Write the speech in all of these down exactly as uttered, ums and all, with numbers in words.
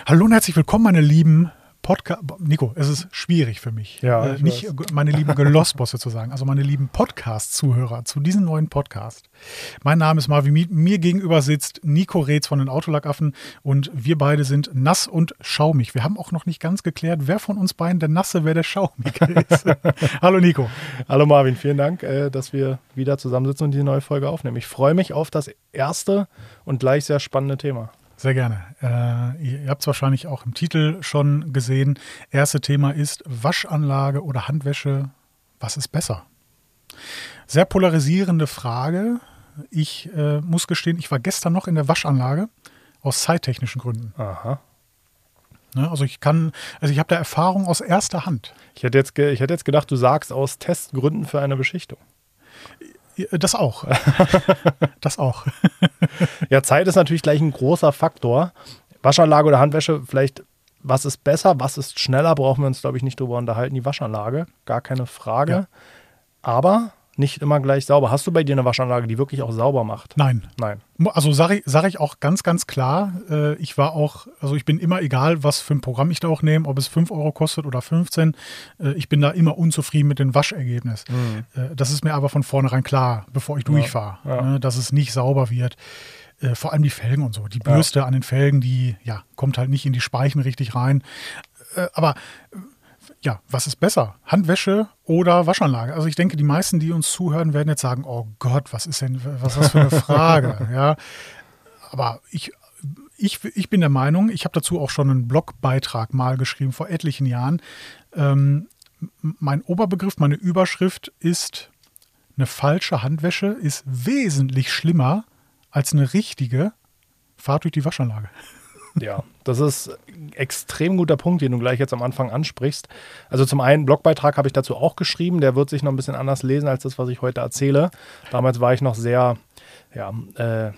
Hallo und herzlich willkommen, meine lieben Podcast... Nico, es ist schwierig für mich, ja, äh, nicht weiß. meine lieben Gelossbosse zu sagen, also meine lieben Podcast-Zuhörer zu diesem neuen Podcast. Mein Name ist Marvin Miet, mir gegenüber sitzt Nico Reetz von den Autolackaffen und wir beide sind nass und schaumig. Wir haben auch noch nicht ganz geklärt, wer von uns beiden der Nasse, wer der Schaumige ist. Hallo Nico. Hallo Marvin, vielen Dank, dass wir wieder zusammensitzen und diese neue Folge aufnehmen. Ich freue mich auf das erste und gleich sehr spannende Thema. Sehr gerne. Äh, ihr habt es wahrscheinlich auch im Titel schon gesehen. Erste Thema ist Waschanlage oder Handwäsche. Was ist besser? Sehr polarisierende Frage. Ich äh, muss gestehen, ich war gestern noch in der Waschanlage aus zeittechnischen Gründen. Aha. Ne, also ich kann, also ich habe da Erfahrung aus erster Hand. Ich hätte jetzt, ge- ich hätte jetzt gedacht, du sagst aus Testgründen für eine Beschichtung. Das auch. Das auch. Ja, Zeit ist natürlich gleich ein großer Faktor. Waschanlage oder Handwäsche, vielleicht, was ist besser, was ist schneller, brauchen wir uns, glaube ich, nicht drüber unterhalten. Die Waschanlage, gar keine Frage. Ja. Aber nicht immer gleich sauber. Hast du bei dir eine Waschanlage, die wirklich auch sauber macht? Nein. Nein. Also sage ich, sag ich auch ganz, ganz klar, äh, ich war auch, also ich bin immer egal, was für ein Programm ich da auch nehme, ob es fünf Euro kostet oder fünfzehn, äh, ich bin da immer unzufrieden mit dem Waschergebnis. Mhm. Äh, das ist mir aber von vornherein klar, bevor ich ja. durchfahre, ja. ne, dass es nicht sauber wird. Äh, vor allem die Felgen und so. Die Bürste ja. an den Felgen, die ja, kommt halt nicht in die Speichen richtig rein. Äh, aber ja, was ist besser? Handwäsche oder Waschanlage? Also ich denke, die meisten, die uns zuhören, werden jetzt sagen, oh Gott, was ist denn, was ist das für eine Frage? Ja, aber ich, ich, ich bin der Meinung, ich habe dazu auch schon einen Blogbeitrag mal geschrieben, vor etlichen Jahren. Ähm, mein Oberbegriff, meine Überschrift ist, eine falsche Handwäsche ist wesentlich schlimmer als eine richtige Fahrt durch die Waschanlage. Ja, das ist ein extrem guter Punkt, den du gleich jetzt am Anfang ansprichst. Also zum einen, Blogbeitrag habe ich dazu auch geschrieben, der wird sich noch ein bisschen anders lesen als das, was ich heute erzähle. Damals war ich noch sehr, ja, äh,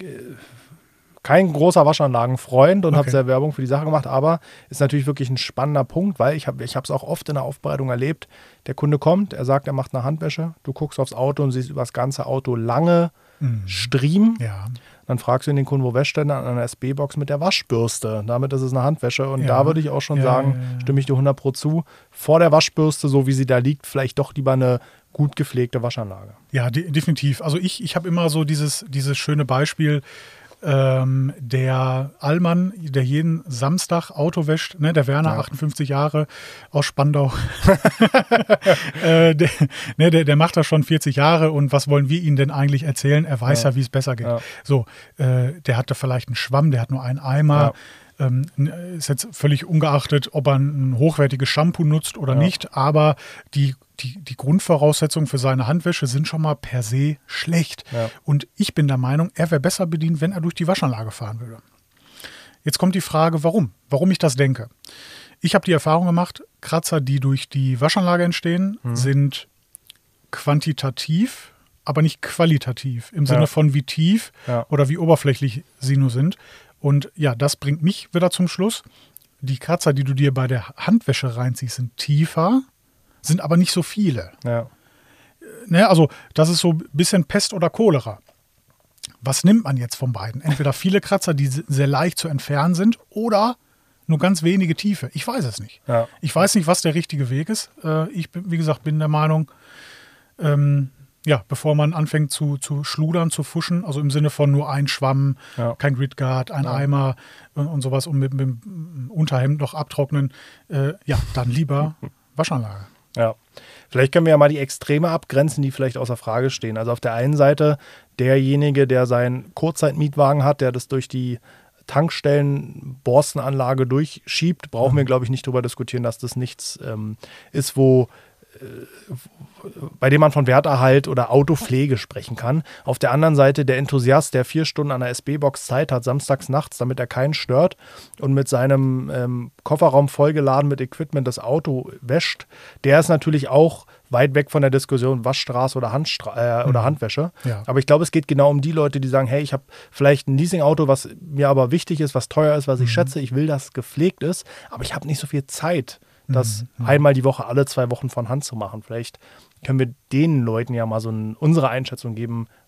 kein großer Waschanlagenfreund und okay. habe sehr Werbung für die Sache gemacht, aber ist natürlich wirklich ein spannender Punkt, weil ich habe ich habe es auch oft in der Aufbereitung erlebt, der Kunde kommt, er sagt, er macht eine Handwäsche, du guckst aufs Auto und siehst über das ganze Auto lange mhm. Striemen. Ja. Dann fragst du den Kunden, wo wäscht er denn? An einer S B-Box mit der Waschbürste. Damit ist es eine Handwäsche. Und ja. da würde ich auch schon ja, sagen, ja, ja. stimme ich dir hundert Prozent zu, vor der Waschbürste, so wie sie da liegt, vielleicht doch lieber eine gut gepflegte Waschanlage. Ja, de- definitiv. Also ich, ich habe immer so dieses, dieses schöne Beispiel, ähm, der Allmann, der jeden Samstag Auto wäscht, ne, der Werner, ja. achtundfünfzig Jahre aus Spandau, äh, der, ne, der, der macht das schon vierzig Jahre und was wollen wir ihm denn eigentlich erzählen? Er weiß ja, ja wie es besser geht. Ja. So, äh, der hatte vielleicht einen Schwamm, der hat nur einen Eimer. Ja. Ähm, ist jetzt völlig ungeachtet, ob er ein hochwertiges Shampoo nutzt oder ja. nicht, aber die Die, die Grundvoraussetzungen für seine Handwäsche sind schon mal per se schlecht. Ja. Und ich bin der Meinung, er wäre besser bedient, wenn er durch die Waschanlage fahren würde. Jetzt kommt die Frage, warum? Warum ich das denke. Ich habe die Erfahrung gemacht, Kratzer, die durch die Waschanlage entstehen, hm. sind quantitativ, aber nicht qualitativ. Im Sinne ja. von wie tief ja. oder wie oberflächlich sie nur sind. Und ja, das bringt mich wieder zum Schluss. Die Kratzer, die du dir bei der Handwäsche reinziehst, sind tiefer, sind aber nicht so viele. Ja. Ne, also das ist so ein bisschen Pest oder Cholera. Was nimmt man jetzt von beiden? Entweder viele Kratzer, die sehr leicht zu entfernen sind, oder nur ganz wenige Tiefe. Ich weiß es nicht. Ja. Ich weiß nicht, was der richtige Weg ist. Ich bin, wie gesagt, bin der Meinung, ähm, ja, bevor man anfängt zu, zu schludern, zu fuschen, also im Sinne von nur ein Schwamm, ja. kein Gridguard, ein ja. Eimer und, und sowas und mit, mit dem Unterhemd noch abtrocknen, äh, ja, dann lieber Waschanlage. Ja, vielleicht können wir ja mal die Extreme abgrenzen, die vielleicht außer Frage stehen. Also auf der einen Seite derjenige, der seinen Kurzzeitmietwagen hat, der das durch die Tankstellen-Borstenanlage durchschiebt, brauchen mhm. wir, glaube ich, nicht darüber diskutieren, dass das nichts ähm, ist, wo bei dem man von Werterhalt oder Autopflege sprechen kann. Auf der anderen Seite der Enthusiast, der vier Stunden an der S B-Box Zeit hat, samstags nachts, damit er keinen stört und mit seinem ähm, Kofferraum vollgeladen mit Equipment das Auto wäscht, der ist natürlich auch weit weg von der Diskussion Waschstraße oder, Handstra- äh, oder Handwäsche. Ja. Aber ich glaube, es geht genau um die Leute, die sagen, hey, ich habe vielleicht ein Leasingauto, was mir aber wichtig ist, was teuer ist, was ich mhm. schätze, ich will, dass es gepflegt ist, aber ich habe nicht so viel Zeit, das mhm. einmal die Woche, alle zwei Wochen von Hand zu machen. Vielleicht können wir den Leuten ja mal so ein, unsere Einschätzung geben,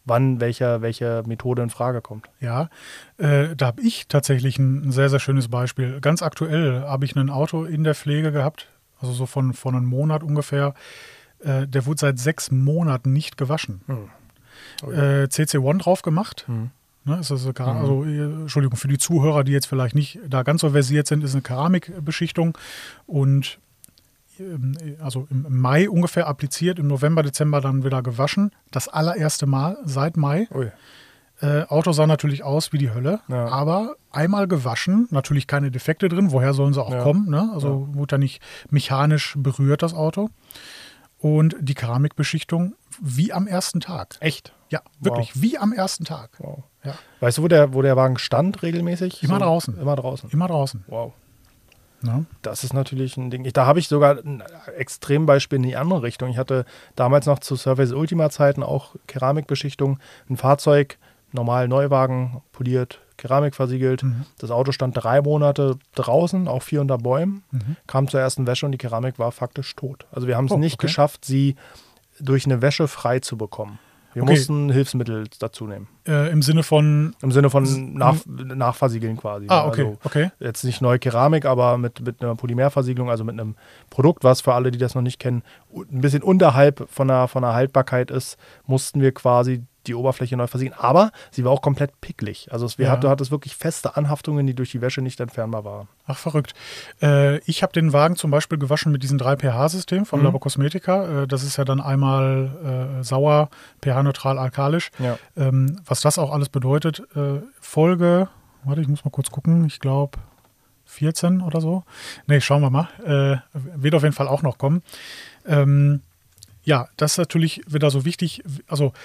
wann welche, welche Methode in Frage kommt. Ja, äh, da habe ich tatsächlich ein, ein sehr, sehr schönes Beispiel. Ganz aktuell habe ich ein Auto in der Pflege gehabt, also so von, von einem Monat ungefähr. Äh, der wurde seit sechs Monaten nicht gewaschen. Hm. Oh ja. äh, C C One drauf gemacht. Hm. Ne, ist also, also, Entschuldigung, für die Zuhörer, die jetzt vielleicht nicht da ganz so versiert sind, ist eine Keramikbeschichtung und also im Mai ungefähr appliziert, im November, Dezember dann wieder gewaschen. Das allererste Mal seit Mai. Ui. Äh, Auto sah natürlich aus wie die Hölle, Ja. aber einmal gewaschen, natürlich keine Defekte drin, woher sollen sie auch Ja. kommen, ne? Also ja. wurde ja nicht mechanisch berührt, das Auto. Und die Keramikbeschichtung wie am ersten Tag. Echt? Ja, wirklich, Wow. wie am ersten Tag. Wow. Ja. Weißt du, wo der, wo der Wagen stand regelmäßig? Immer so, draußen. Immer draußen. Immer draußen. Wow. Ne? Das ist natürlich ein Ding. Ich, da habe ich sogar ein Extrembeispiel in die andere Richtung. Ich hatte damals noch zu Service Ultima Zeiten auch Keramikbeschichtung. Ein Fahrzeug, normal Neuwagen, poliert, Keramik versiegelt. Mhm. Das Auto stand drei Monate draußen, auch vier unter Bäumen. Mhm. Kam zur ersten Wäsche und die Keramik war faktisch tot. Also wir haben es Oh, nicht okay. geschafft, sie durch eine Wäsche frei zu bekommen. Wir Okay. mussten Hilfsmittel dazu nehmen. Äh, Im Sinne von. Im Sinne von nach, Nachversiegeln quasi. Ah, okay, Also okay. jetzt nicht neue Keramik, aber mit, mit einer Polymerversiegelung, also mit einem Produkt, was für alle, die das noch nicht kennen, ein bisschen unterhalb von der, von der Haltbarkeit ist, mussten wir quasi die Oberfläche neu versiegeln. Aber sie war auch komplett picklig. Also es, wir Ja. hat, du hattest wirklich feste Anhaftungen, die durch die Wäsche nicht entfernbar waren. Ach, verrückt. Äh, ich habe den Wagen zum Beispiel gewaschen mit diesem drei pH-System von Mhm. Labo Cosmetica. Äh, das ist ja dann einmal äh, sauer, pH-neutral, alkalisch. Ja. Ähm, was das auch alles bedeutet, äh, Folge, warte, ich muss mal kurz gucken, ich glaube vierzehn oder so. Ne, schauen wir mal. Äh, wird auf jeden Fall auch noch kommen. Ähm, ja, das ist natürlich wieder so wichtig. Also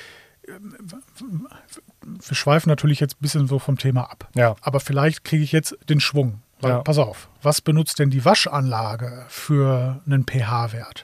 wir schweifen natürlich jetzt ein bisschen so vom Thema ab. Ja. Aber vielleicht kriege ich jetzt den Schwung. Weil, Ja. pass auf, was benutzt denn die Waschanlage für einen pH-Wert?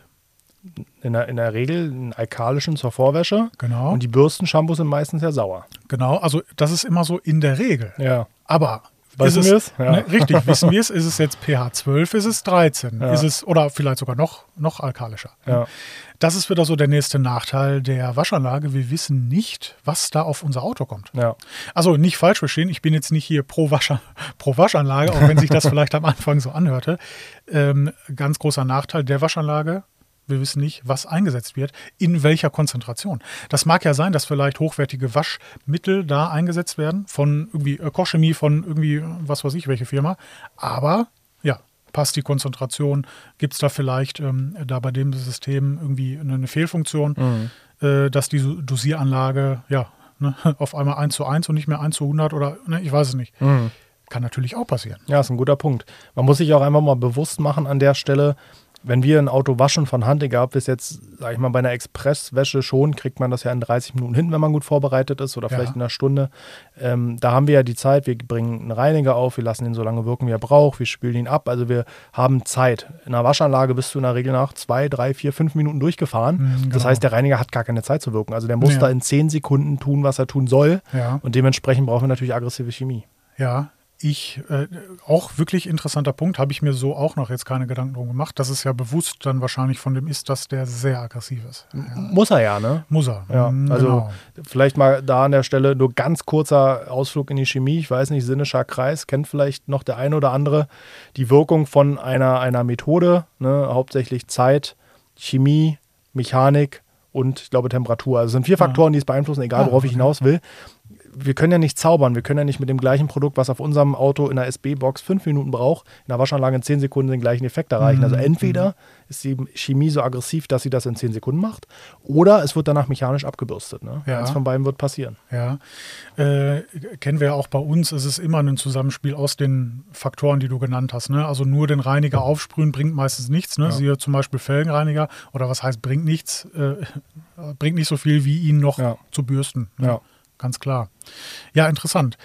In der, in der Regel einen alkalischen zur Vorwäsche. Genau. Und die Bürstenshampoos sind meistens ja sauer. Genau, also das ist immer so in der Regel. Ja. Aber Wissen ist wir es? es? Ja. Ne, richtig, wissen wir es? Ist es jetzt pH zwölf, ist es dreizehn? Ja. Ist es, oder vielleicht sogar noch, noch alkalischer? Ja. Das ist wieder so der nächste Nachteil der Waschanlage. Wir wissen nicht, was da auf unser Auto kommt. Ja. Also nicht falsch verstehen, ich bin jetzt nicht hier pro, Wascher, pro Waschanlage, auch wenn sich das vielleicht am Anfang so anhörte. Ähm, ganz großer Nachteil der Waschanlage. Wir wissen nicht, was eingesetzt wird, in welcher Konzentration. Das mag ja sein, dass vielleicht hochwertige Waschmittel da eingesetzt werden, von irgendwie äh, Kochchemie, von irgendwie, was weiß ich, welche Firma. Aber ja, passt die Konzentration? Gibt es da vielleicht ähm, da bei dem System irgendwie eine, eine Fehlfunktion, Mhm. äh, dass die Dosieranlage ja ne, auf einmal eins zu eins und nicht mehr eins zu hundert oder ne, ich weiß es nicht. Mhm. Kann natürlich auch passieren. Ja, ist ein guter Punkt. Man muss sich auch einfach mal bewusst machen an der Stelle, wenn wir ein Auto waschen von Hand, egal ob wir es jetzt, sag ich mal, bei einer Expresswäsche schon, kriegt man das ja in dreißig Minuten hin, wenn man gut vorbereitet ist oder vielleicht Ja. in einer Stunde. Ähm, da haben wir ja die Zeit, wir bringen einen Reiniger auf, wir lassen ihn so lange wirken, wie er braucht, wir spülen ihn ab, also wir haben Zeit. In einer Waschanlage bist du in der Regel nach zwei, drei, vier, fünf Minuten durchgefahren. Mhm, Das genau. heißt, der Reiniger hat gar keine Zeit zu wirken. Also der muss Ja. da in zehn Sekunden tun, was er tun soll. Ja. Und dementsprechend brauchen wir natürlich aggressive Chemie. Ja, ich, äh, auch wirklich interessanter Punkt, habe ich mir so auch noch jetzt keine Gedanken drum gemacht, dass es ja bewusst dann wahrscheinlich von dem ist, dass der sehr aggressiv ist. Ja. Muss er ja, ne? Muss er. Ja, Mhm, also genau. vielleicht mal da an der Stelle nur ganz kurzer Ausflug in die Chemie. Ich weiß nicht, Sinnescher Kreis, kennt vielleicht noch der eine oder andere die Wirkung von einer, einer Methode, ne? Hauptsächlich Zeit, Chemie, Mechanik und ich glaube Temperatur. Also es sind vier Faktoren, die es beeinflussen, egal Ah, worauf ich okay. hinaus will. Wir können ja nicht zaubern, wir können ja nicht mit dem gleichen Produkt, was auf unserem Auto in der S B-Box fünf Minuten braucht, in der Waschanlage in zehn Sekunden den gleichen Effekt erreichen. Mhm. Also entweder ist die Chemie so aggressiv, dass sie das in zehn Sekunden macht, oder es wird danach mechanisch abgebürstet. Ne? Ja. Eins von beiden wird passieren. Ja, äh, kennen wir ja auch bei uns. Es ist immer ein Zusammenspiel aus den Faktoren, die du genannt hast. Ne? Also nur den Reiniger aufsprühen bringt meistens nichts. Ne? Ja. Siehe zum Beispiel Felgenreiniger oder was heißt bringt nichts, äh, bringt nicht so viel wie ihn noch Ja. zu bürsten. Ne? Ja. Ganz klar. Ja, interessant.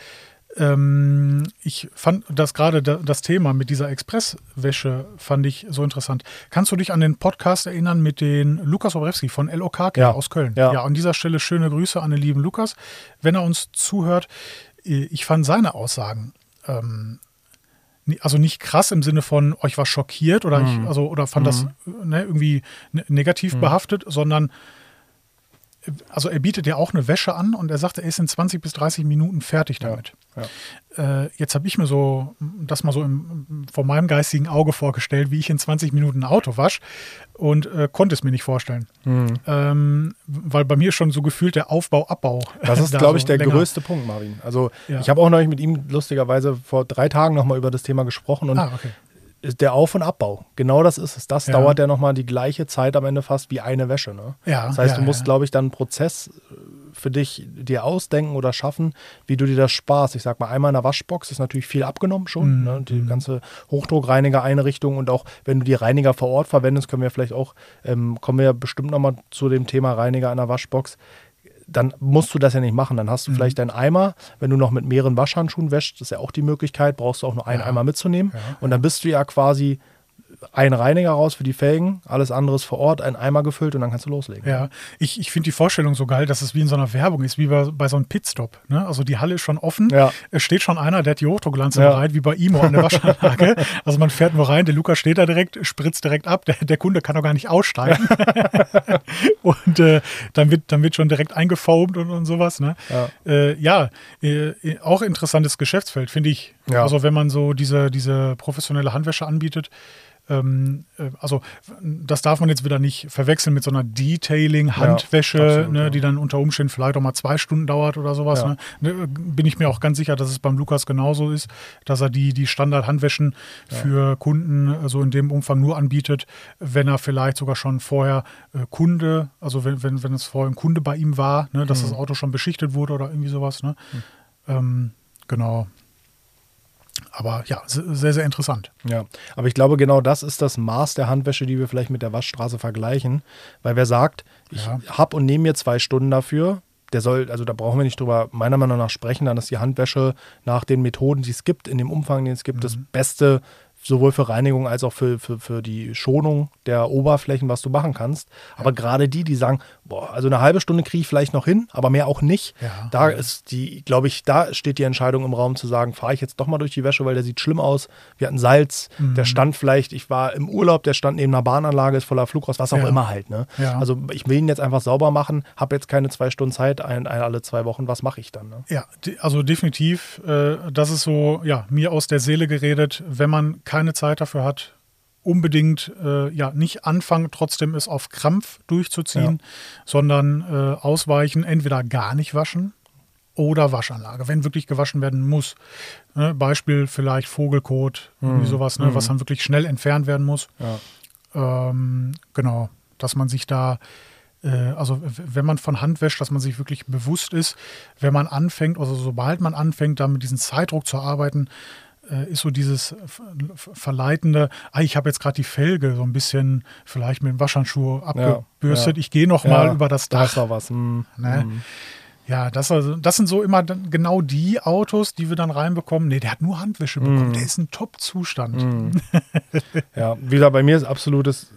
Ähm, ich fand das gerade da, das Thema mit dieser Expresswäsche fand ich so interessant. Kannst du dich an den Podcast erinnern mit den Lukas Obrewski von L O K Ja. aus Köln? Ja. ja, an dieser Stelle schöne Grüße an den lieben Lukas, wenn er uns zuhört. Ich fand seine Aussagen ähm, ni- also nicht krass im Sinne von, oh, ich war schockiert oder ich Mhm. also oder fand das Mhm. ne, irgendwie ne- negativ Mhm. behaftet, sondern also er bietet ja auch eine Wäsche an und er sagt, er ist in zwanzig bis dreißig Minuten fertig damit. Ja, ja. Äh, jetzt habe ich mir so das mal so im, vor meinem geistigen Auge vorgestellt, wie ich in zwanzig Minuten ein Auto wasche und äh, konnte es mir nicht vorstellen. Mhm. Ähm, weil bei mir schon so gefühlt der Aufbau, Abbau. Das ist, da glaube so ich, der länger. größte Punkt, Marvin. Also ja. ich habe auch neulich mit ihm lustigerweise vor drei Tagen nochmal über das Thema gesprochen und ah, okay. der Auf- und Abbau, genau das ist es. Das ja. dauert ja nochmal die gleiche Zeit am Ende fast wie eine Wäsche. Ne? Ja, das heißt, ja, du musst, ja. glaube ich, dann einen Prozess für dich dir ausdenken oder schaffen, wie du dir das sparst. Ich sag mal, einmal in der Waschbox ist natürlich viel abgenommen schon. Mhm. Ne? Die ganze Hochdruckreiniger-Einrichtung und auch wenn du die Reiniger vor Ort verwendest, können wir vielleicht auch, ähm, kommen wir ja bestimmt nochmal zu dem Thema Reiniger in der Waschbox. Dann musst du das ja nicht machen. Dann hast du mhm. vielleicht deinen Eimer. Wenn du noch mit mehreren Waschhandschuhen wäschst, ist ja auch die Möglichkeit, brauchst du auch nur einen ja. Eimer mitzunehmen. Ja. Und dann bist du ja quasi ein Reiniger raus für die Felgen, alles andere ist vor Ort, ein Eimer gefüllt und dann kannst du loslegen. Ja, ich, ich finde die Vorstellung so geil, dass es wie in so einer Werbung ist, wie bei, bei so einem Pitstop. Ne? Also die Halle ist schon offen, ja. es steht schon einer, der hat die Hochdrucklanze ja. bereit, wie bei Imo an der Waschanlage. Also man fährt nur rein, der Lukas steht da direkt, spritzt direkt ab, der, der Kunde kann doch gar nicht aussteigen. und äh, dann, wird, dann wird schon direkt eingefoamt und, und sowas. Ne? Ja, äh, ja äh, auch interessantes Geschäftsfeld, finde ich. Ja. Also wenn man so diese, diese professionelle Handwäsche anbietet, also das darf man jetzt wieder nicht verwechseln mit so einer Detailing-Handwäsche, ja, absolut, ne, ja. die dann unter Umständen vielleicht auch mal zwei Stunden dauert oder sowas. Ja. Ne. Bin ich mir auch ganz sicher, dass es beim Lukas genauso ist, dass er die, die Standard-Handwäschen ja. für Kunden so in dem Umfang nur anbietet, wenn er vielleicht sogar schon vorher äh, Kunde, also wenn, wenn, wenn es vorher ein Kunde bei ihm war, ne, dass mhm. das Auto schon beschichtet wurde oder irgendwie sowas. Ne. Mhm. Ähm, genau. Aber ja, sehr, sehr interessant. Ja, aber ich glaube, genau das ist das Maß der Handwäsche, die wir vielleicht mit der Waschstraße vergleichen. Weil wer sagt, ich ja. habe und nehme mir zwei Stunden dafür, der soll, also da brauchen wir nicht drüber meiner Meinung nach sprechen, dann ist die Handwäsche nach den Methoden, die es gibt, in dem Umfang, den es gibt, mhm. das Beste, sowohl für Reinigung als auch für, für, für die Schonung der Oberflächen, was du machen kannst. Aber ja. gerade die, die sagen, boah, also eine halbe Stunde kriege ich vielleicht noch hin, aber mehr auch nicht. Ja. Da ist die, glaube ich, da steht die Entscheidung im Raum zu sagen, fahre ich jetzt doch mal durch die Wäsche, weil der sieht schlimm aus. Wir hatten Salz, mhm. der stand vielleicht, ich war im Urlaub, der stand neben einer Bahnanlage, ist voller Flugrost, was auch ja. immer halt. Ne? Ja. Also ich will ihn jetzt einfach sauber machen, habe jetzt keine zwei Stunden Zeit, ein, ein, alle zwei Wochen, was mache ich dann? Ne? Ja, also definitiv, äh, das ist so, ja, mir aus der Seele geredet, wenn man keine Zeit dafür hat, unbedingt äh, ja nicht anfangen, trotzdem es auf Krampf durchzuziehen, ja. sondern äh, ausweichen, entweder gar nicht waschen oder Waschanlage, wenn wirklich gewaschen werden muss. Ne, Beispiel vielleicht Vogelkot, mhm. irgendwie sowas, ne, mhm. was dann wirklich schnell entfernt werden muss. Ja. Ähm, genau, dass man sich da, äh, also wenn man von Hand wäscht, dass man sich wirklich bewusst ist, wenn man anfängt, also sobald man anfängt, da mit diesem Zeitdruck zu arbeiten, ist so dieses verleitende, ah, ich habe jetzt gerade die Felge so ein bisschen vielleicht mit dem Waschhandschuh abgebürstet, ja, ja. ich gehe noch mal ja, über das Dach. Da ist noch was. Mm, ne? mm. Ja, das, also, das sind so immer dann genau die Autos, die wir dann reinbekommen. Nee, der hat nur Handwäsche bekommen, mm. der ist ein Top-Zustand. Mm. Ja, wieder bei mir ist absolutes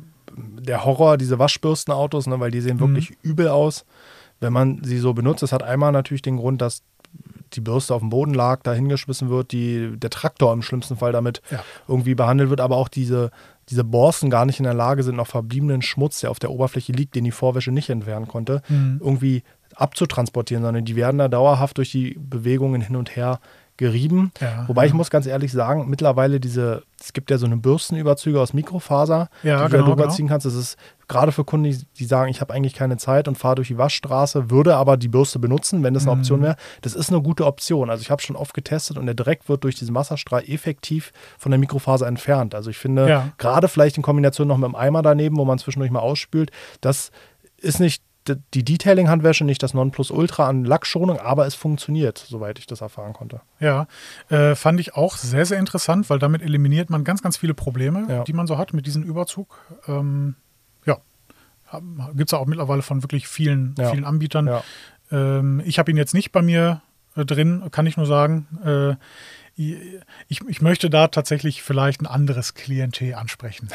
der Horror, diese Waschbürstenautos, ne, weil die sehen wirklich mm. übel aus, wenn man sie so benutzt. Das hat einmal natürlich den Grund, dass die Bürste auf dem Boden lag, da hingeschmissen wird, die, der Traktor im schlimmsten Fall damit ja. irgendwie behandelt wird, aber auch diese, diese Borsten gar nicht in der Lage sind, noch verbliebenen Schmutz, der auf der Oberfläche liegt, den die Vorwäsche nicht entfernen konnte, mhm. irgendwie abzutransportieren, sondern die werden da dauerhaft durch die Bewegungen hin und her gerieben. Ja, Wobei ja. ich muss ganz ehrlich sagen, mittlerweile diese, es gibt ja so eine Bürstenüberzüge aus Mikrofaser, ja, die du genau, da drüber ziehen kannst. Das ist gerade für Kunden, die, die sagen, ich habe eigentlich keine Zeit und fahre durch die Waschstraße, würde aber die Bürste benutzen, wenn das eine mhm. Option wäre. Das ist eine gute Option. Also ich habe schon oft getestet und der Dreck wird durch diesen Wasserstrahl effektiv von der Mikrofaser entfernt. Also ich finde, ja. gerade vielleicht in Kombination noch mit dem Eimer daneben, wo man zwischendurch mal ausspült, das ist nicht die Detailing-Handwäsche, nicht das Nonplusultra an Lackschonung, aber es funktioniert, soweit ich das erfahren konnte. Ja, äh, fand ich auch sehr, sehr interessant, weil damit eliminiert man ganz, ganz viele Probleme, ja. die man so hat mit diesem Überzug. Ähm, ja, gibt es auch mittlerweile von wirklich vielen, ja. vielen Anbietern. Ja. Ähm, ich habe ihn jetzt nicht bei mir äh, drin, kann ich nur sagen. Äh, ich, ich möchte da tatsächlich vielleicht ein anderes Klientel ansprechen.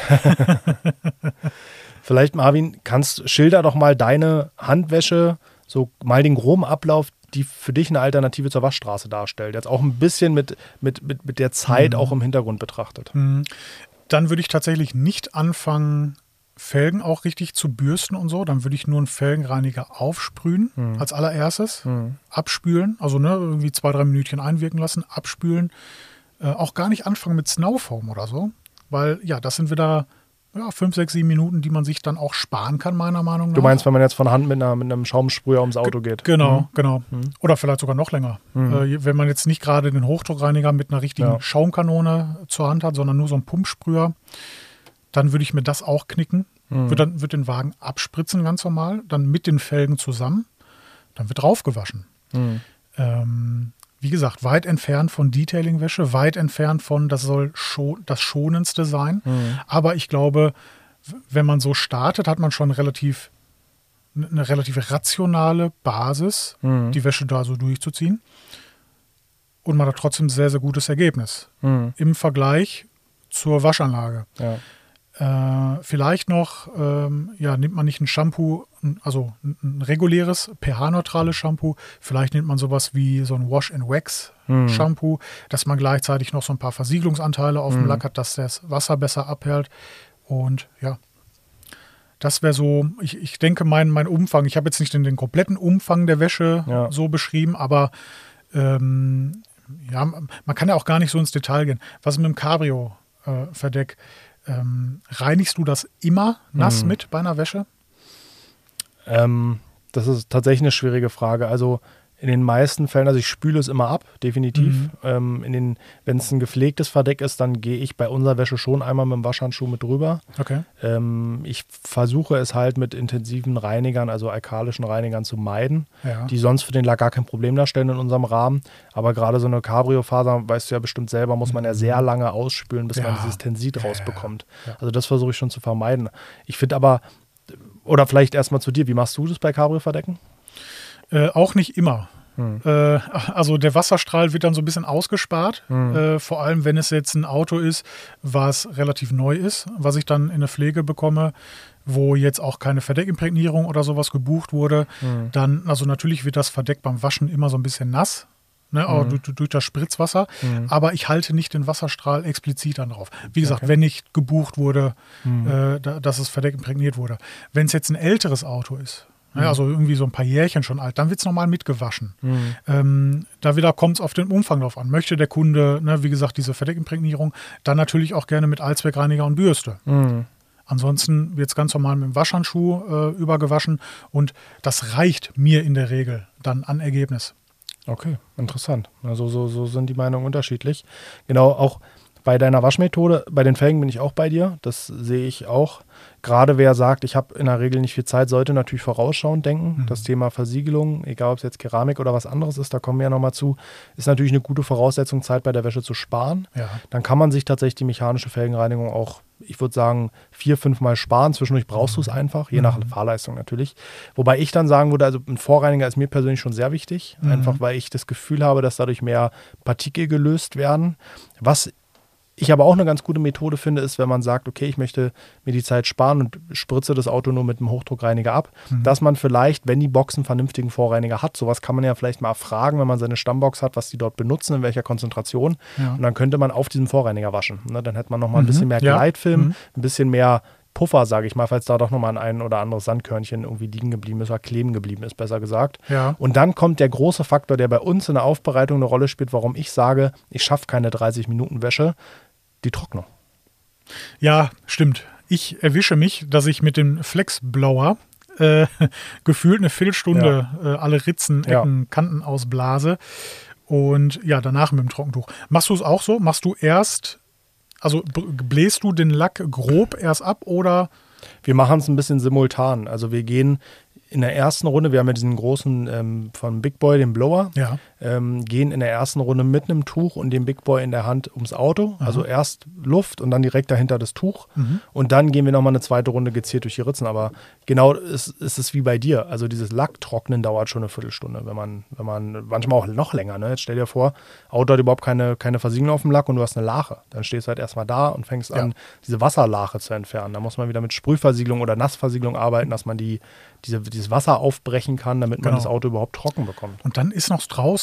Vielleicht, Marvin, kannst schilder doch mal deine Handwäsche, so mal den groben Ablauf, die für dich eine Alternative zur Waschstraße darstellt. Jetzt auch ein bisschen mit, mit, mit, mit der Zeit mhm. auch im Hintergrund betrachtet. Mhm. Dann würde ich tatsächlich nicht anfangen Felgen auch richtig zu bürsten und so, dann würde ich nur einen Felgenreiniger aufsprühen mhm. als allererstes, mhm. abspülen, also ne, irgendwie zwei, drei Minütchen einwirken lassen, abspülen, äh, auch gar nicht anfangen mit Snowfoam oder so, weil ja, das sind wieder ja, fünf, sechs, sieben Minuten, die man sich dann auch sparen kann, meiner Meinung nach. Du meinst, wenn man jetzt von Hand mit, einer, mit einem Schaumsprüher ums Auto geht? G- genau, mhm. genau. Mhm. Oder vielleicht sogar noch länger. Mhm. Äh, wenn man jetzt nicht gerade den Hochdruckreiniger mit einer richtigen ja. Schaumkanone zur Hand hat, sondern nur so einen Pumpsprüher, dann würde ich mir das auch knicken. Mhm. Würde dann wird den Wagen abspritzen ganz normal, dann mit den Felgen zusammen, dann wird drauf gewaschen. Mhm. Ähm, wie gesagt, weit entfernt von Detailing-Wäsche, weit entfernt von, das soll schon das Schonendste sein. Mhm. Aber ich glaube, wenn man so startet, hat man schon relativ, eine relativ rationale Basis, mhm. die Wäsche da so durchzuziehen. Und man hat trotzdem ein sehr, sehr gutes Ergebnis. Mhm. Im Vergleich zur Waschanlage. Ja. Äh, vielleicht noch, ähm, ja, nimmt man nicht ein Shampoo, also ein, ein reguläres, pH-neutrales Shampoo, vielleicht nimmt man sowas wie so ein Wash-and-Wax-Shampoo, hm. dass man gleichzeitig noch so ein paar Versiegelungsanteile auf hm. dem Lack hat, dass das Wasser besser abhält. Und ja, das wäre so, ich, ich denke, mein, mein Umfang, ich habe jetzt nicht den, den kompletten Umfang der Wäsche ja. so beschrieben, aber ähm, ja, man kann ja auch gar nicht so ins Detail gehen. Was mit dem Cabrio-Verdeck? Äh, Ähm, reinigst du das immer nass hm. mit bei einer Wäsche? Ähm, das ist tatsächlich eine schwierige Frage. Also in den meisten Fällen, also ich spüle es immer ab, definitiv. Mhm. Ähm, in den, wenn es ein gepflegtes Verdeck ist, dann gehe ich bei unserer Wäsche schon einmal mit dem Waschhandschuh mit drüber. Okay. Ähm, ich versuche es halt mit intensiven Reinigern, also alkalischen Reinigern zu meiden, ja. die sonst für den Lack gar kein Problem darstellen in unserem Rahmen. Aber gerade so eine Cabrio-Faser, weißt du ja bestimmt selber, muss man ja sehr lange ausspülen, bis ja. man dieses Tensid ja, rausbekommt. Ja, ja. Also das versuche ich schon zu vermeiden. Ich finde aber, oder vielleicht erstmal zu dir, wie machst du das bei Cabrio-Verdecken? Äh, auch nicht immer. Hm. Äh, also der Wasserstrahl wird dann so ein bisschen ausgespart, hm. äh, vor allem wenn es jetzt ein Auto ist, was relativ neu ist, was ich dann in der Pflege bekomme, wo jetzt auch keine Verdeckimprägnierung oder sowas gebucht wurde. Hm. Dann, also natürlich wird das Verdeck beim Waschen immer so ein bisschen nass, ne, auch hm. durch, durch das Spritzwasser, hm. aber ich halte nicht den Wasserstrahl explizit dann drauf. Wie gesagt, okay. wenn nicht gebucht wurde, hm. äh, da, dass das Verdeck imprägniert wurde. Wenn es jetzt ein älteres Auto ist, ja, also irgendwie so ein paar Jährchen schon alt, dann wird es nochmal mitgewaschen. Mhm. Ähm, da wieder kommt es auf den Umfang drauf an. Möchte der Kunde, ne, wie gesagt, diese Verdeckimprägnierung, dann natürlich auch gerne mit Allzweckreiniger und Bürste. Mhm. Ansonsten wird es ganz normal mit dem Waschhandschuh äh, übergewaschen und das reicht mir in der Regel dann an Ergebnis. Okay, interessant. Also so, so sind die Meinungen unterschiedlich. Genau, auch bei deiner Waschmethode, bei den Felgen bin ich auch bei dir. Das sehe ich auch. Gerade wer sagt, ich habe in der Regel nicht viel Zeit, sollte natürlich vorausschauend denken. Mhm. Das Thema Versiegelung, egal ob es jetzt Keramik oder was anderes ist, da kommen wir ja nochmal zu, ist natürlich eine gute Voraussetzung, Zeit bei der Wäsche zu sparen. Ja. Dann kann man sich tatsächlich die mechanische Felgenreinigung auch, ich würde sagen, vier, fünf Mal sparen. Zwischendurch brauchst du es einfach, je mhm. nach Fahrleistung natürlich. Wobei ich dann sagen würde, also ein Vorreiniger ist mir persönlich schon sehr wichtig, mhm. einfach weil ich das Gefühl habe, dass dadurch mehr Partikel gelöst werden. Was ich aber auch eine ganz gute Methode finde, ist, wenn man sagt, okay, ich möchte mir die Zeit sparen und spritze das Auto nur mit einem Hochdruckreiniger ab, mhm. dass man vielleicht, wenn die Box einen vernünftigen Vorreiniger hat, sowas kann man ja vielleicht mal fragen, wenn man seine Stammbox hat, was die dort benutzen, in welcher Konzentration. Ja. Und dann könnte man auf diesem Vorreiniger waschen. Ne, dann hätte man nochmal ein mhm. bisschen mehr Gleitfilm, ja. ein bisschen mehr Puffer, sage ich mal, falls da doch nochmal ein oder anderes Sandkörnchen irgendwie liegen geblieben ist oder kleben geblieben ist, besser gesagt. Ja. Und dann kommt der große Faktor, der bei uns in der Aufbereitung eine Rolle spielt, warum ich sage, ich schaffe keine dreißig Minuten Wäsche, die Trocknung. Ja, stimmt. Ich erwische mich, dass ich mit dem Flexblower äh, gefühlt eine Viertelstunde ja. äh, alle Ritzen, Ecken, ja. Kanten ausblase und ja, danach mit dem Trockentuch. Machst du es auch so? Machst du erst, also bläst du den Lack grob erst ab oder? Wir machen es ein bisschen simultan. Also wir gehen in der ersten Runde, wir haben ja diesen großen ähm, von Big Boy, den Blower, ja. ähm, gehen in der ersten Runde mit einem Tuch und dem Big Boy in der Hand ums Auto. Mhm. Also erst Luft und dann direkt dahinter das Tuch. Mhm. Und dann gehen wir nochmal eine zweite Runde gezielt durch die Ritzen. Aber genau ist, ist es wie bei dir. Also dieses Lacktrocknen dauert schon eine Viertelstunde, wenn man, wenn man, manchmal auch noch länger. Ne? Jetzt stell dir vor, Auto hat überhaupt keine, keine Versiegelung auf dem Lack und du hast eine Lache. Dann stehst du halt erstmal da und fängst ja. an, diese Wasserlache zu entfernen. Da muss man wieder mit Sprühversiegelung oder Nassversiegelung arbeiten, dass man die, diese, dieses Wasser aufbrechen kann, damit man genau. das Auto überhaupt trocken bekommt. Und dann ist noch draußen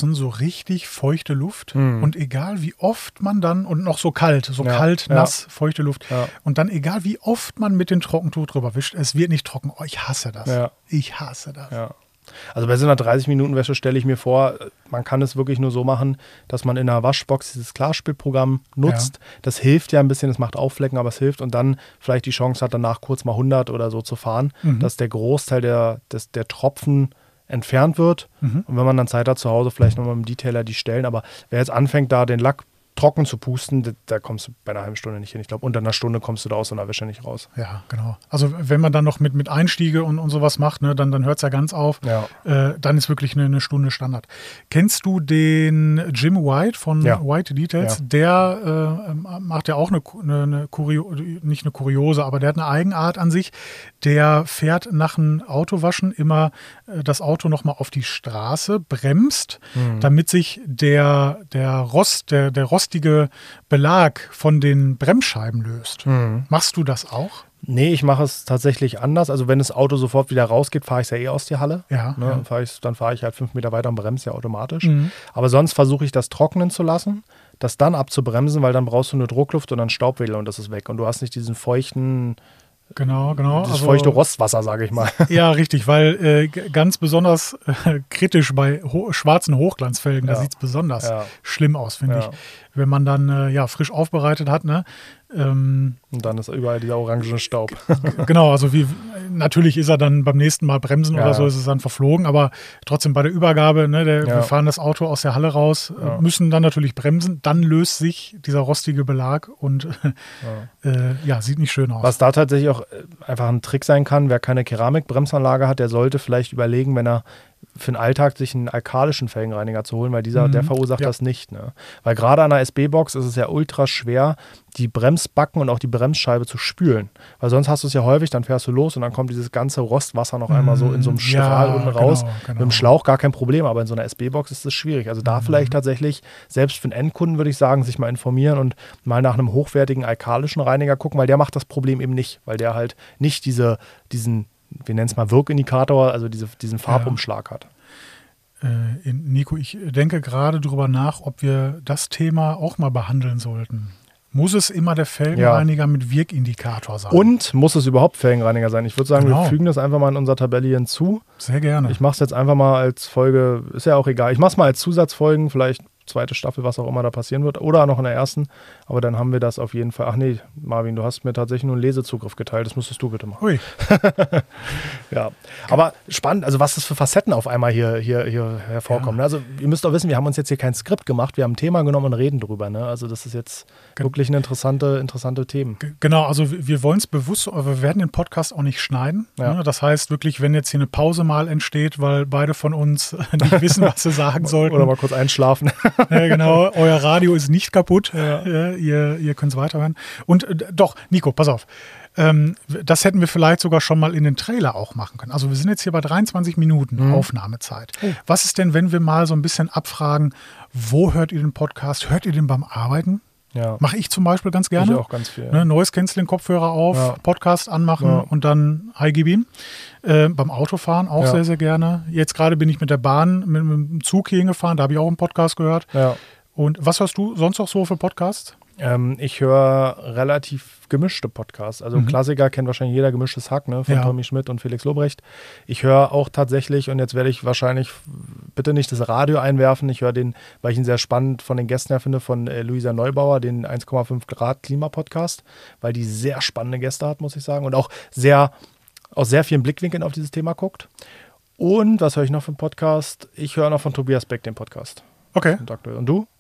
draußen so richtig feuchte Luft Mhm. und egal wie oft man dann, und noch so kalt, so Ja, kalt, ja. nass, feuchte Luft Ja. und dann egal wie oft man mit dem Trockentuch drüber wischt, es wird nicht trocken. Oh, ich hasse das. Ja. Ich hasse das. Ja. Also bei so einer dreißig-Minuten-Wäsche stelle ich mir vor, man kann es wirklich nur so machen, dass man in einer Waschbox dieses Klarspülprogramm nutzt. Das hilft ja ein bisschen, es macht Aufflecken, aber es hilft und dann vielleicht die Chance hat, danach kurz mal hundert oder so zu fahren, Mhm. dass der Großteil der, des, der Tropfen entfernt wird. Mhm. Und wenn man dann Zeit hat zu Hause, vielleicht nochmal im Detailer die Stellen. Aber wer jetzt anfängt, da den Lack trocken zu pusten, da, da kommst du bei einer halben Stunde nicht hin. Ich glaube, unter einer Stunde kommst du da aus so einer Wäsche nicht raus. Ja, genau. Also wenn man dann noch mit, mit Einstiege und, und sowas macht, ne, dann, dann hört es ja ganz auf. Ja. Äh, dann ist wirklich eine, eine Stunde Standard. Kennst du den Jim White von Ja. White Details? Ja. Der äh, macht ja auch eine, eine, eine Kurio, nicht eine kuriose, aber der hat eine Eigenart an sich. Der fährt nach dem Autowaschen immer äh, das Auto nochmal auf die Straße, bremst, Mhm. damit sich der, der Rost, der, der rostige Belag von den Bremsscheiben löst. Mhm. Machst du das auch? Nee, ich mache es tatsächlich anders. Also wenn das Auto sofort wieder rausgeht, fahre ich es ja eh aus die Halle. Ja. Ne? ja. Dann fahre ich, dann fahre ich halt fünf Meter weiter und bremse ja automatisch. Mhm. Aber sonst versuche ich das trocknen zu lassen, das dann abzubremsen, weil dann brauchst du nur Druckluft und dann Staubwedel und das ist weg. Und du hast nicht diesen feuchten, Genau, genau. dieses Also- feuchte Rostwasser, sage ich mal. Ja, richtig, weil äh, g- ganz besonders äh, kritisch bei ho schwarzen Hochglanzfelgen, da Ja. sieht es besonders Ja. schlimm aus, finde Ja. ich. Wenn man dann äh, ja frisch aufbereitet hat, ne? Ähm, Und dann ist überall dieser orangene Staub. g- genau, also wie natürlich ist er dann beim nächsten Mal bremsen Ja, oder so, ja. ist es dann verflogen, aber trotzdem bei der Übergabe, ne, der, Ja. wir fahren das Auto aus der Halle raus, Ja. äh, müssen dann natürlich bremsen, dann löst sich dieser rostige Belag und Ja. äh, ja, sieht nicht schön aus. Was da tatsächlich auch äh, einfach ein Trick sein kann, wer keine Keramikbremsanlage hat, der sollte vielleicht überlegen, wenn er für den Alltag sich einen alkalischen Felgenreiniger zu holen, weil dieser, Mhm. der verursacht Ja. das nicht. Ne? Weil gerade an einer S B-Box ist es ja ultra schwer, die Bremsbacken und auch die Bremsscheibe zu spülen. Weil sonst hast du es ja häufig, dann fährst du los und dann kommt dieses ganze Rostwasser noch einmal so in so einem Strahl Ja, unten raus. genau, genau. Mit dem Schlauch gar kein Problem, aber in so einer S B-Box ist es schwierig. Also da Mhm. vielleicht tatsächlich, selbst für einen Endkunden würde ich sagen, sich mal informieren und mal nach einem hochwertigen alkalischen Reiniger gucken, weil der macht das Problem eben nicht, weil der halt nicht diese, diesen, wir nennen es mal Wirkindikator, also diese, diesen Farbumschlag hat. Äh, in- Nico, ich denke gerade drüber nach, ob wir das Thema auch mal behandeln sollten. Muss es immer der Felgenreiniger mit Wirkindikator sein? Und muss es überhaupt Felgenreiniger sein? Ich würde sagen, Genau. wir fügen das einfach mal in unser Tabelle hinzu. Sehr gerne. Ich mache es jetzt einfach mal als Folge, ist ja auch egal. Ich mache es mal als Zusatzfolgen, vielleicht zweite Staffel, was auch immer da passieren wird. Oder noch in der ersten. Aber dann haben wir das auf jeden Fall. Ach nee, Marvin, du hast mir tatsächlich nur einen Lesezugriff geteilt. Das müsstest du bitte machen. Ui, Ja, aber spannend, also was das für Facetten auf einmal hier, hier, hier hervorkommen. Ja. Also ihr müsst auch wissen, wir haben uns jetzt hier kein Skript gemacht, wir haben ein Thema genommen und reden drüber. Ne? Also das ist jetzt Ge- wirklich eine interessante, interessante Themen. G- genau, also wir wir wollen es bewusst, aber wir werden den Podcast auch nicht schneiden. Ja. Ne? Das heißt wirklich, wenn jetzt hier eine Pause mal entsteht, weil beide von uns nicht wissen, was sie sagen sollten. Oder mal kurz einschlafen. Ja, genau, euer Radio ist nicht kaputt. Ja, ihr ihr könnt es weiterhören. Und äh, doch, Nico, pass auf. Ähm, das hätten wir vielleicht sogar schon mal in den Trailer auch machen können. Also wir sind jetzt hier bei dreiundzwanzig Minuten Mhm. Aufnahmezeit. Oh. Was ist denn, wenn wir mal so ein bisschen abfragen, wo hört ihr den Podcast? Hört ihr den beim Arbeiten? Ja, Mache ich zum Beispiel ganz gerne. ich auch ganz viel. Ne, Neues Canceling, Kopfhörer auf, Ja. Podcast anmachen Ja. und dann Hi, gib ihm. Äh, beim Autofahren auch Ja. sehr, sehr gerne. Jetzt gerade bin ich mit der Bahn, mit, mit dem Zug hier hingefahren, da habe ich auch einen Podcast gehört. Ja. Und was hörst du sonst noch so für Podcasts? Ähm, ich höre relativ gemischte Podcasts. Also Mhm. Klassiker kennt wahrscheinlich jeder, Gemischtes Hack, ne, von Ja. Tommy Schmidt und Felix Lobrecht. Ich höre auch tatsächlich, und jetzt werde ich wahrscheinlich bitte nicht das Radio einwerfen, ich höre den, weil ich ihn sehr spannend von den Gästen her finde, von äh, Luisa Neubauer, den eins Komma fünf Grad Klima-Podcast, weil die sehr spannende Gäste hat, muss ich sagen, und auch sehr, aus sehr vielen Blickwinkeln auf dieses Thema guckt. Und was höre ich noch für einen Podcast? Ich höre noch von Tobias Beck den Podcast. Okay. Und aktuell. Und du?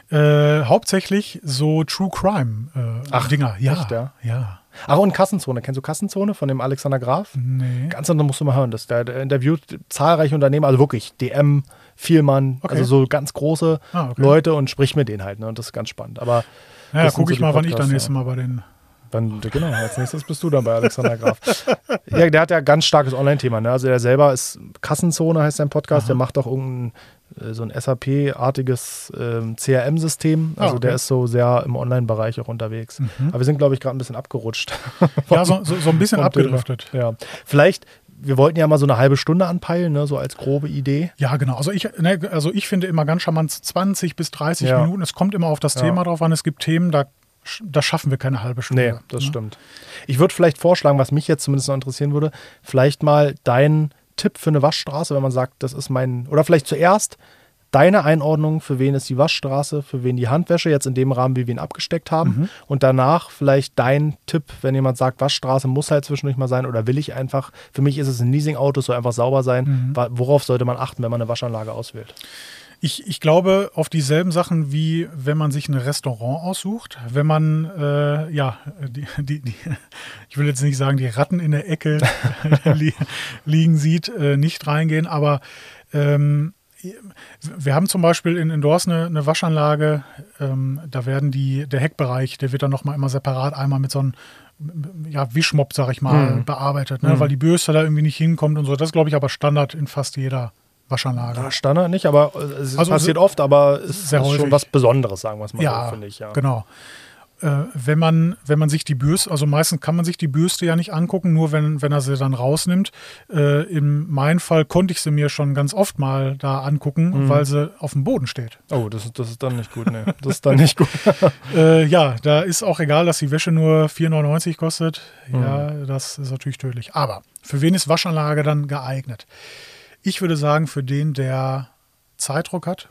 Äh, hauptsächlich so True Crime äh, Ach, Dinger. Ja, echt, ja? ja. Ach, und Kassenzone. Kennst du Kassenzone von dem Alexander Graf? Nee. Ganz andere musst du mal hören. Das, der, der interviewt zahlreiche Unternehmen, also wirklich D M, Vielmann, Okay. also so ganz große Ah, okay. Leute und spricht mit denen halt. Ne? Und das ist ganz spannend. Aber Ja, das sind gucke so ich die mal, wann ich Podcasts, dann nächstes ja. Mal bei den. Dann, genau, als nächstes bist du dann bei Alexander Graf. Ja, der hat ja ein ganz starkes Online-Thema. Ne? Also der selber ist, Kassenzone heißt sein Podcast, Aha. der macht auch irgendein äh, so ein S A P-artiges ähm, C R M-System. Ah, Also okay. der ist so sehr im Online-Bereich auch unterwegs. Mhm. Aber wir sind, glaube ich, gerade ein bisschen abgerutscht. Ja, so, so, so ein bisschen Vom Thema. abgedriftet. Ja, vielleicht wir wollten ja mal so eine halbe Stunde anpeilen, ne, so als grobe Idee. Ja, genau. Also ich, ne, also ich finde immer ganz charmant zwanzig bis dreißig Ja. Minuten. Es kommt immer auf das Ja. Thema drauf an. Es gibt Themen, da, da schaffen wir keine halbe Stunde. Nee, das ne? stimmt. Ich würde vielleicht vorschlagen, was mich jetzt zumindest noch interessieren würde, vielleicht mal dein Tipp für eine Waschstraße, wenn man sagt, das ist mein, oder vielleicht zuerst deine Einordnung, für wen ist die Waschstraße, für wen die Handwäsche, jetzt in dem Rahmen, wie wir ihn abgesteckt haben. Mhm. Und danach vielleicht dein Tipp, wenn jemand sagt, Waschstraße muss halt zwischendurch mal sein oder will ich einfach, für mich ist es ein Leasingauto, es soll einfach sauber sein. Mhm. Wa- Worauf sollte man achten, wenn man eine Waschanlage auswählt? Ich, ich glaube auf dieselben Sachen, wie wenn man sich ein Restaurant aussucht. Wenn man, äh, ja, die, die, die, ich will jetzt nicht sagen, die Ratten in der Ecke li liegen sieht, äh, nicht reingehen, aber ähm, wir haben zum Beispiel in, in Dors eine, eine Waschanlage, ähm, da werden die, der Heckbereich, der wird dann nochmal immer separat einmal mit so einem ja, Wischmopp, sag ich mal, Mhm. bearbeitet, ne? Mhm. Weil die Bürste da irgendwie nicht hinkommt und so. Das ist, glaube ich, aber Standard in fast jeder Waschanlage. Ja, Standard nicht, aber es Also passiert se- oft, aber es ist sehr schon häufig. was Besonderes, sagen wir es mal Ja, so, finde ich. Ja. genau. Äh, wenn man, wenn man sich die Bürste, also meistens kann man sich die Bürste ja nicht angucken, nur wenn, wenn er sie dann rausnimmt. Äh, in meinem Fall konnte ich sie mir schon ganz oft mal da angucken, Mhm. weil sie auf dem Boden steht. Oh, das, ist- das ist dann nicht gut, ne. Das ist dann nicht gut. Äh, ja, da ist auch egal, dass die Wäsche nur vier neunundneunzig kostet. Ja, das ist natürlich tödlich. Aber für wen ist Waschanlage dann geeignet? Ich würde sagen, für den, der Zeitdruck hat,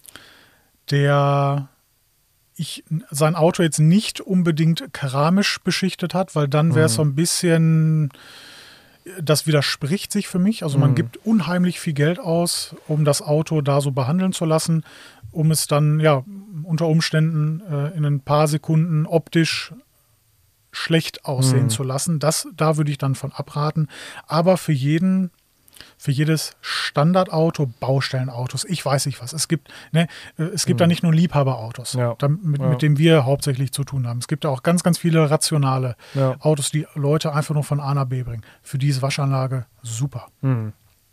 der ich sein Auto jetzt nicht unbedingt keramisch beschichtet hat, weil dann wäre es so ein bisschen, das widerspricht sich für mich. Also man Mhm. gibt unheimlich viel Geld aus, um das Auto da so behandeln zu lassen, um es dann ja unter Umständen äh, in ein paar Sekunden optisch schlecht aussehen Mhm. zu lassen. Das, da würde ich dann von abraten. Aber für jeden, für jedes Standardauto, Baustellenautos, ich weiß nicht was. Es gibt, ne, äh, es gibt da nicht nur Liebhaberautos, Ja. damit, mit, Ja. mit denen wir hauptsächlich zu tun haben. Es gibt da auch ganz, ganz viele rationale Ja. Autos, die Leute einfach nur von A nach B bringen. Für die ist Waschanlage super. Hm.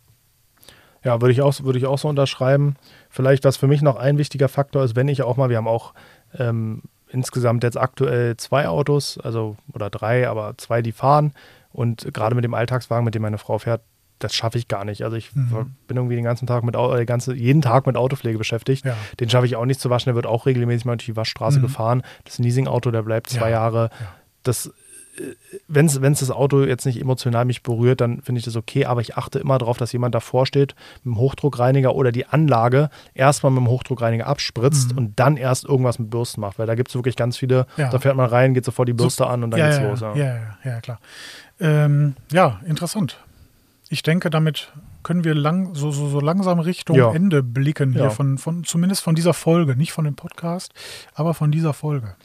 Ja, würde ich, auch, würde ich auch so unterschreiben. Vielleicht, was für mich noch ein wichtiger Faktor ist, wenn ich auch mal, wir haben auch ähm, insgesamt jetzt aktuell zwei Autos, also oder drei, aber zwei, die fahren. Und gerade mit dem Alltagswagen, mit dem meine Frau fährt, das schaffe ich gar nicht. Also ich Mhm. bin irgendwie den ganzen Tag mit Au- äh, ganze, jeden Tag mit Autopflege beschäftigt. Ja. Den schaffe ich auch nicht zu waschen. Der wird auch regelmäßig mal durch die Waschstraße Mhm. gefahren. Das ist ein Leasingauto, der bleibt zwei Ja. Jahre. Ja. Das wenn es das Auto jetzt nicht emotional mich berührt, dann finde ich das okay, aber ich achte immer darauf, dass jemand davor steht mit dem Hochdruckreiniger oder die Anlage erstmal mit dem Hochdruckreiniger abspritzt Mhm. und dann erst irgendwas mit Bürsten macht, weil da gibt es wirklich ganz viele, Ja. da fährt man rein, geht sofort die Bürste an und dann ja, geht's ja, los. Ja, ja, ja, ja klar. Ähm, ja, interessant. Ich denke, damit können wir lang, so, so, so langsam Richtung Ja. Ende blicken, hier Ja. von, von, zumindest von dieser Folge, nicht von dem Podcast, aber von dieser Folge.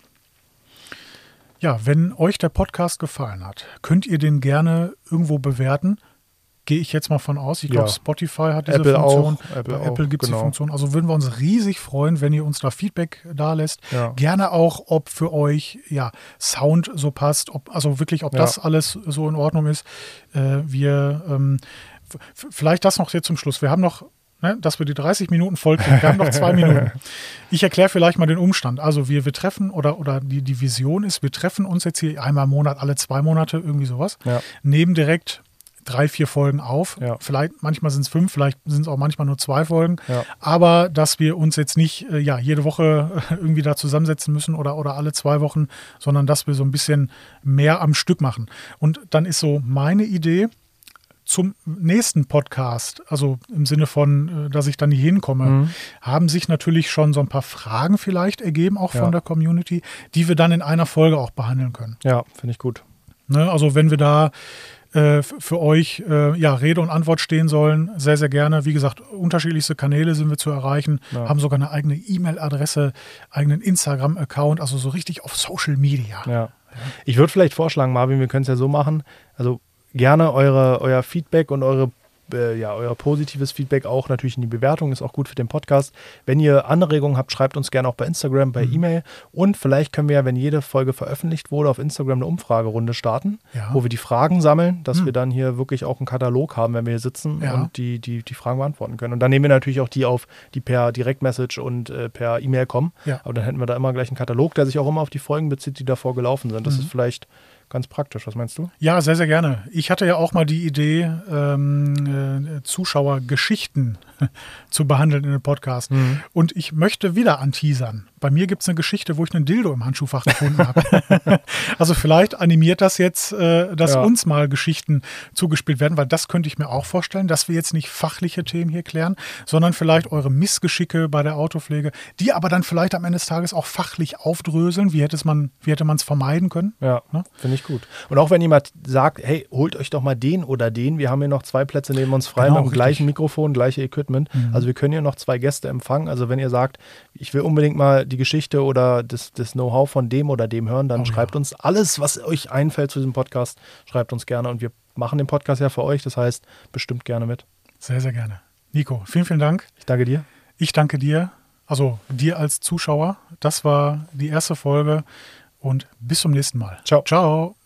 Ja, wenn euch der Podcast gefallen hat, könnt ihr den gerne irgendwo bewerten. Gehe ich jetzt mal von aus. Ich glaube, Ja. Spotify hat diese Apple Funktion. auch, Apple Bei auch, Apple gibt es genau. die Funktion. Also würden wir uns riesig freuen, wenn ihr uns da Feedback da lässt. Ja. Gerne auch, ob für euch ja, Sound so passt, ob, also wirklich, ob Ja. das alles so in Ordnung ist. Äh, wir, ähm, f- vielleicht das noch hier zum Schluss. Wir haben noch, ne, dass wir die dreißig Minuten voll kriegen. Wir haben noch zwei Minuten. Ich erkläre vielleicht mal den Umstand. Also wir, wir treffen oder, oder die, die Vision ist, wir treffen uns jetzt hier einmal im Monat, alle zwei Monate, irgendwie sowas. Ja. Nehmen direkt drei, vier Folgen auf. Ja. Vielleicht, manchmal sind es fünf, vielleicht sind es auch manchmal nur zwei Folgen. Ja. Aber dass wir uns jetzt nicht äh, ja, jede Woche äh, irgendwie da zusammensetzen müssen oder, oder alle zwei Wochen, sondern dass wir so ein bisschen mehr am Stück machen. Und dann ist so meine Idee zum nächsten Podcast, also im Sinne von, äh, dass ich dann hier hinkomme, Mhm. haben sich natürlich schon so ein paar Fragen vielleicht ergeben, auch Ja. von der Community, die wir dann in einer Folge auch behandeln können. Ja, finde ich gut. Ne? Also wenn wir da äh, f- für euch äh, ja, Rede und Antwort stehen sollen, sehr, sehr gerne. Wie gesagt, unterschiedlichste Kanäle sind wir zu erreichen, Ja. haben sogar eine eigene E-Mail-Adresse, eigenen Instagram-Account, also so richtig auf Social Media. Ja. Ich würde vielleicht vorschlagen, Marvin, wir können es ja so machen, also gerne eure, euer Feedback und eure, äh, ja, euer positives Feedback auch natürlich in die Bewertung, ist auch gut für den Podcast. Wenn ihr Anregungen habt, schreibt uns gerne auch bei Instagram, bei Mhm. E-Mail und vielleicht können wir ja, wenn jede Folge veröffentlicht wurde, auf Instagram eine Umfragerunde starten, Ja. wo wir die Fragen sammeln, dass Mhm. wir dann hier wirklich auch einen Katalog haben, wenn wir hier sitzen Ja. und die, die, die Fragen beantworten können. Und dann nehmen wir natürlich auch die auf, die per Direktmessage und äh, per E-Mail kommen. Ja. Aber dann hätten wir da immer gleich einen Katalog, der sich auch immer auf die Folgen bezieht, die davor gelaufen sind. Das Mhm. ist vielleicht ganz praktisch. Was meinst du? Ja, sehr, sehr gerne. Ich hatte ja auch mal die Idee, ähm, äh, Zuschauergeschichten zu behandeln in dem Podcast. Mhm. Und ich möchte wieder anteasern. Bei mir gibt es eine Geschichte, wo ich einen Dildo im Handschuhfach gefunden habe. Also vielleicht animiert das jetzt, äh, dass ja. uns mal Geschichten zugespielt werden, weil das könnte ich mir auch vorstellen, dass wir jetzt nicht fachliche Themen hier klären, sondern vielleicht eure Missgeschicke bei der Autopflege, die aber dann vielleicht am Ende des Tages auch fachlich aufdröseln. Wie hätte es man, wie hätte man es vermeiden können? Ja, ne? Finde ich gut. Und auch wenn jemand sagt, hey, holt euch doch mal den oder den, wir haben hier noch zwei Plätze neben uns frei, genau, mit dem gleichen Mikrofon, gleiche Equipment. Mhm. Also wir können hier noch zwei Gäste empfangen. Also wenn ihr sagt, ich will unbedingt mal die Geschichte oder das, das Know-how von dem oder dem hören, dann oh, schreibt ja. uns alles, was euch einfällt zu diesem Podcast, schreibt uns gerne und wir machen den Podcast ja für euch, das heißt, bestimmt gerne mit. Sehr, sehr gerne. Nico, vielen, vielen Dank. Ich danke dir. Ich danke dir, also dir als Zuschauer. Das war die erste Folge und bis zum nächsten Mal. Ciao. Ciao.